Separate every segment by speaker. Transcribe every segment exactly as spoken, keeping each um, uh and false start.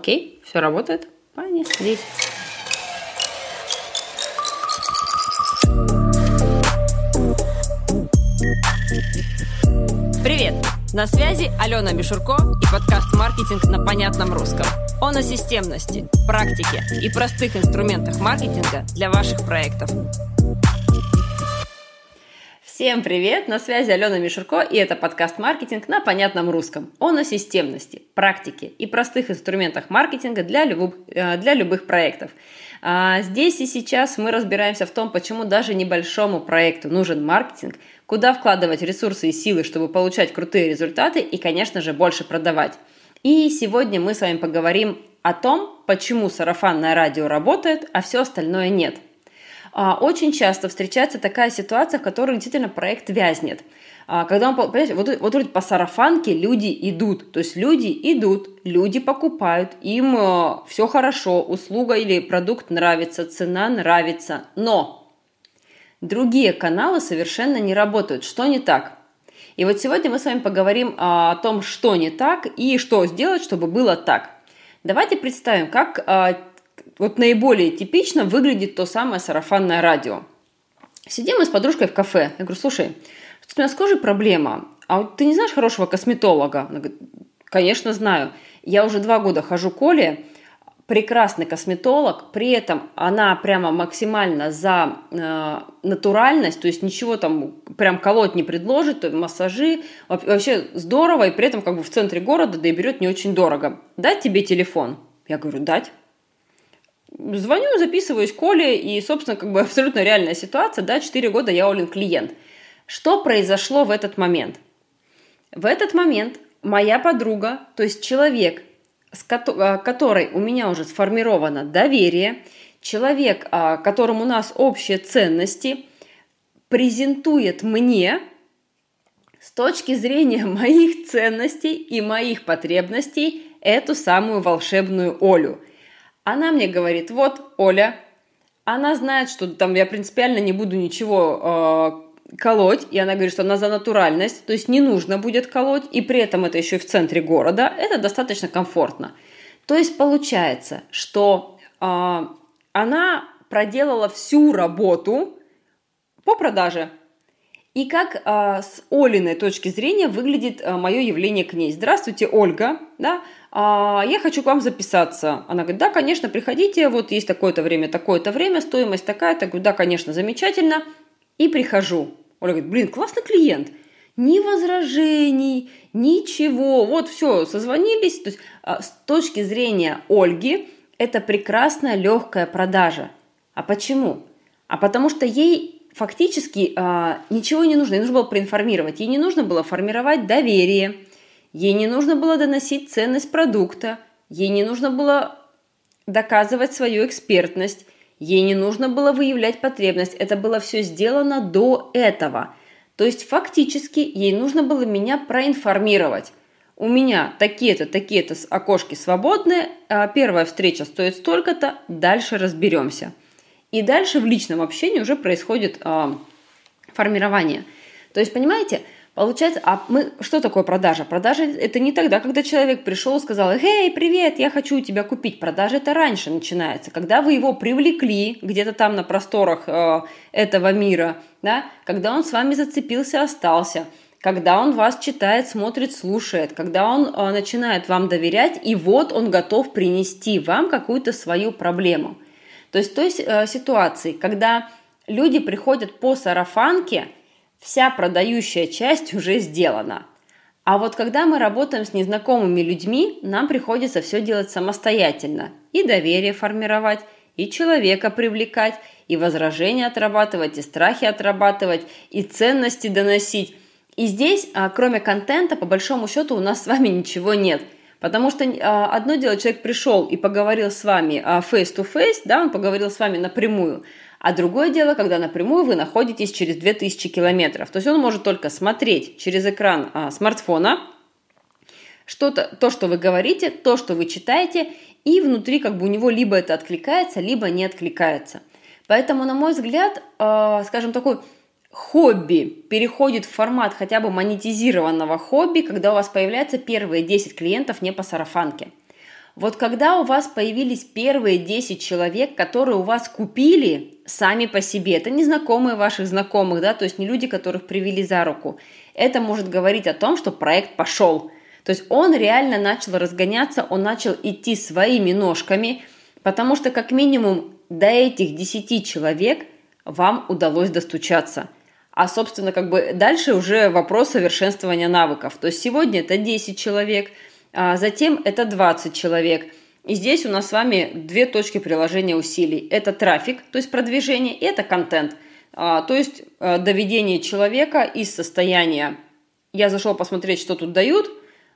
Speaker 1: Окей, все работает. Понеслись. Привет! На связи Алена Мишурко и подкаст «Маркетинг на понятном русском». Он о системности, практике и простых инструментах маркетинга для ваших проектов. Всем привет! На связи Алена Мишурко, и это подкаст «Маркетинг на понятном русском». Он о системности, практике и простых инструментах маркетинга для любых, для любых проектов. Здесь и сейчас мы разбираемся в том, почему даже небольшому проекту нужен маркетинг, куда вкладывать ресурсы и силы, чтобы получать крутые результаты и, конечно же, больше продавать. И сегодня мы с вами поговорим о том, почему сарафанное радио работает, а все остальное нет. Очень часто встречается такая ситуация, в которой действительно проект вязнет. Когда он, понимаете, вот, вот, вот по сарафанке люди идут, то есть люди идут, люди покупают, им все хорошо, услуга или продукт нравится, цена нравится, но другие каналы совершенно не работают. Что не так? И вот сегодня мы с вами поговорим о том, что не так и что сделать, чтобы было так. Давайте представим, как вот наиболее типично выглядит то самое сарафанное радио. Сидим мы с подружкой в кафе. Я говорю, слушай, у меня с кожей проблема, а вот ты не знаешь хорошего косметолога? Она говорит, конечно, знаю. Я уже два года хожу к Оле, прекрасный косметолог, при этом она прямо максимально за э, натуральность, то есть ничего там прям колоть не предложит, то массажи, вообще здорово, и при этом как бы в центре города, да и берет не очень дорого. Дать тебе телефон? Я говорю, дать. Звоню, записываюсь к Оле, и, собственно, как бы абсолютно реальная ситуация, да, четыре года я Олин клиент. Что произошло в этот момент? В этот момент моя подруга, то есть человек, с которой у меня уже сформировано доверие, человек, которым у нас общие ценности, презентует мне с точки зрения моих ценностей и моих потребностей эту самую волшебную Олю. Она мне говорит, вот, Оля, она знает, что там я принципиально не буду ничего э, колоть, и она говорит, что она за натуральность, то есть не нужно будет колоть, и при этом это еще и в центре города, это достаточно комфортно. То есть получается, что э, она проделала всю работу по продаже. И как э, с Олиной точки зрения выглядит э, мое явление к ней. Здравствуйте, Ольга, да, э, я хочу к вам записаться. Она говорит, да, конечно, приходите, вот есть такое-то время, такое-то время, стоимость такая-то. Говорю, да, конечно, замечательно. И прихожу. Оля говорит, блин, классный клиент. Ни возражений, ничего. Вот все, созвонились. То есть э, с точки зрения Ольги это прекрасная легкая продажа. А почему? А потому что ей фактически э, ничего не нужно, ей нужно было проинформировать, ей не нужно было формировать доверие, ей не нужно было доносить ценность продукта, ей не нужно было доказывать свою экспертность, ей не нужно было выявлять потребность, это было все сделано до этого. То есть фактически ей нужно было меня проинформировать. У меня такие-то, такие-то окошки свободные, первая встреча стоит столько-то, дальше разберемся. И дальше в личном общении уже происходит э, формирование. То есть, понимаете, получается, а мы, что такое продажа? Продажа – это не тогда, когда человек пришел и сказал, «Эй, привет, я хочу у тебя купить». Продажа – это раньше начинается, когда вы его привлекли где-то там на просторах э, этого мира, да, когда он с вами зацепился, остался, когда он вас читает, смотрит, слушает, когда он э, начинает вам доверять, и вот он готов принести вам какую-то свою проблему. То есть в той э, ситуации, когда люди приходят по сарафанке, вся продающая часть уже сделана. А вот когда мы работаем с незнакомыми людьми, нам приходится все делать самостоятельно. И доверие формировать, и человека привлекать, и возражения отрабатывать, и страхи отрабатывать, и ценности доносить. И здесь, э, кроме контента, по большому счету у нас с вами ничего нет. Потому что э, одно дело, человек пришел и поговорил с вами э, face-to-face, да, он поговорил с вами напрямую, а другое дело, когда напрямую вы находитесь через две тысячи километров. То есть он может только смотреть через экран э, смартфона что-то, то, что вы говорите, то, что вы читаете, и внутри как бы у него либо это откликается, либо не откликается. Поэтому, на мой взгляд, э, скажем, такой хобби переходит в формат хотя бы монетизированного хобби, когда у вас появляются первые десять клиентов не по сарафанке. Вот когда у вас появились первые десять человек, которые у вас купили сами по себе, это не знакомые ваших знакомых, да, то есть не люди, которых привели за руку, это может говорить о том, что проект пошел. То есть он реально начал разгоняться, он начал идти своими ножками, потому что как минимум до этих десяти человек вам удалось достучаться. А, собственно, как бы дальше уже вопрос совершенствования навыков. То есть сегодня это десять человек, а затем это двадцать человек. И здесь у нас с вами две точки приложения усилий. Это трафик, то есть продвижение, и это контент. А, то есть а, доведение человека из состояния «я зашел посмотреть, что тут дают»,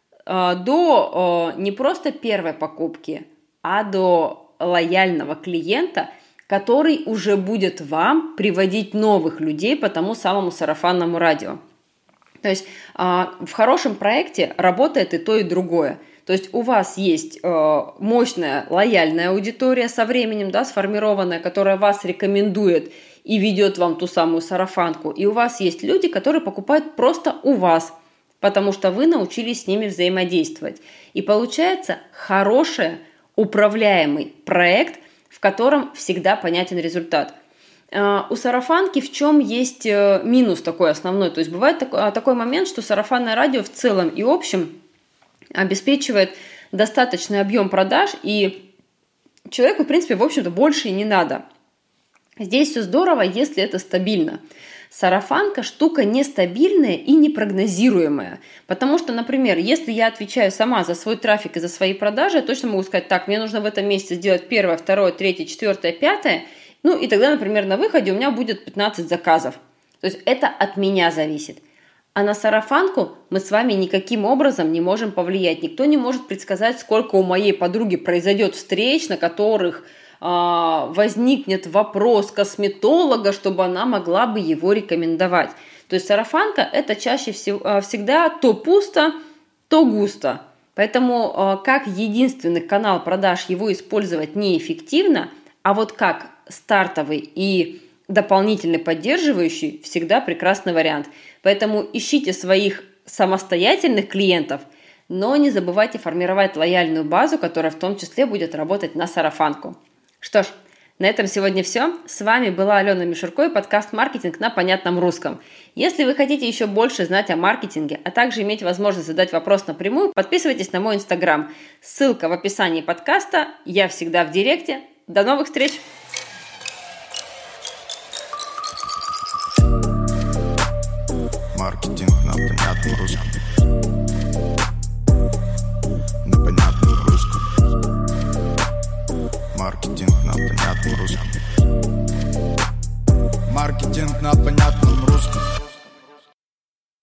Speaker 1: а, до а, не просто первой покупки, а до лояльного клиента, который уже будет вам приводить новых людей по тому самому сарафанному радио. То есть в хорошем проекте работает и то, и другое. То есть у вас есть мощная лояльная аудитория со временем, да, сформированная, которая вас рекомендует и ведет вам ту самую сарафанку. И у вас есть люди, которые покупают просто у вас, потому что вы научились с ними взаимодействовать. И получается хороший управляемый проект, в котором всегда понятен результат. У сарафанки в чем есть минус такой основной? То есть бывает такой, такой момент, что сарафанное радио в целом и общем обеспечивает достаточный объем продаж, и человеку, в принципе, в общем-то, больше и не надо. Здесь все здорово, если это стабильно. Сарафанка штука нестабильная и непрогнозируемая. Потому что, например, если я отвечаю сама за свой трафик и за свои продажи, я точно могу сказать, так, мне нужно в этом месяце сделать первое, второе, третье, четвертое, пятое, ну и тогда, например, на выходе у меня будет пятнадцать заказов. То есть это от меня зависит. А на сарафанку мы с вами никаким образом не можем повлиять. Никто не может предсказать, сколько у моей подруги произойдет встреч, на которых возникнет вопрос косметолога, чтобы она могла бы его рекомендовать. То есть сарафанка – это чаще всего, всегда то пусто, то густо. Поэтому как единственный канал продаж его использовать неэффективно, а вот как стартовый и дополнительный поддерживающий всегда прекрасный вариант. Поэтому ищите своих самостоятельных клиентов, но не забывайте формировать лояльную базу, которая в том числе будет работать на сарафанку. Что ж, на этом сегодня все. С вами была Алена Мишурко и подкаст «Маркетинг на понятном русском». Если вы хотите еще больше знать о маркетинге, а также иметь возможность задать вопрос напрямую, подписывайтесь на мой инстаграм. Ссылка в описании подкаста. Я всегда в директе. До новых встреч!
Speaker 2: Маркетинг на понятном русском. На понятном русском. Маркетинг на понятном русском. Маркетинг на понятном русском.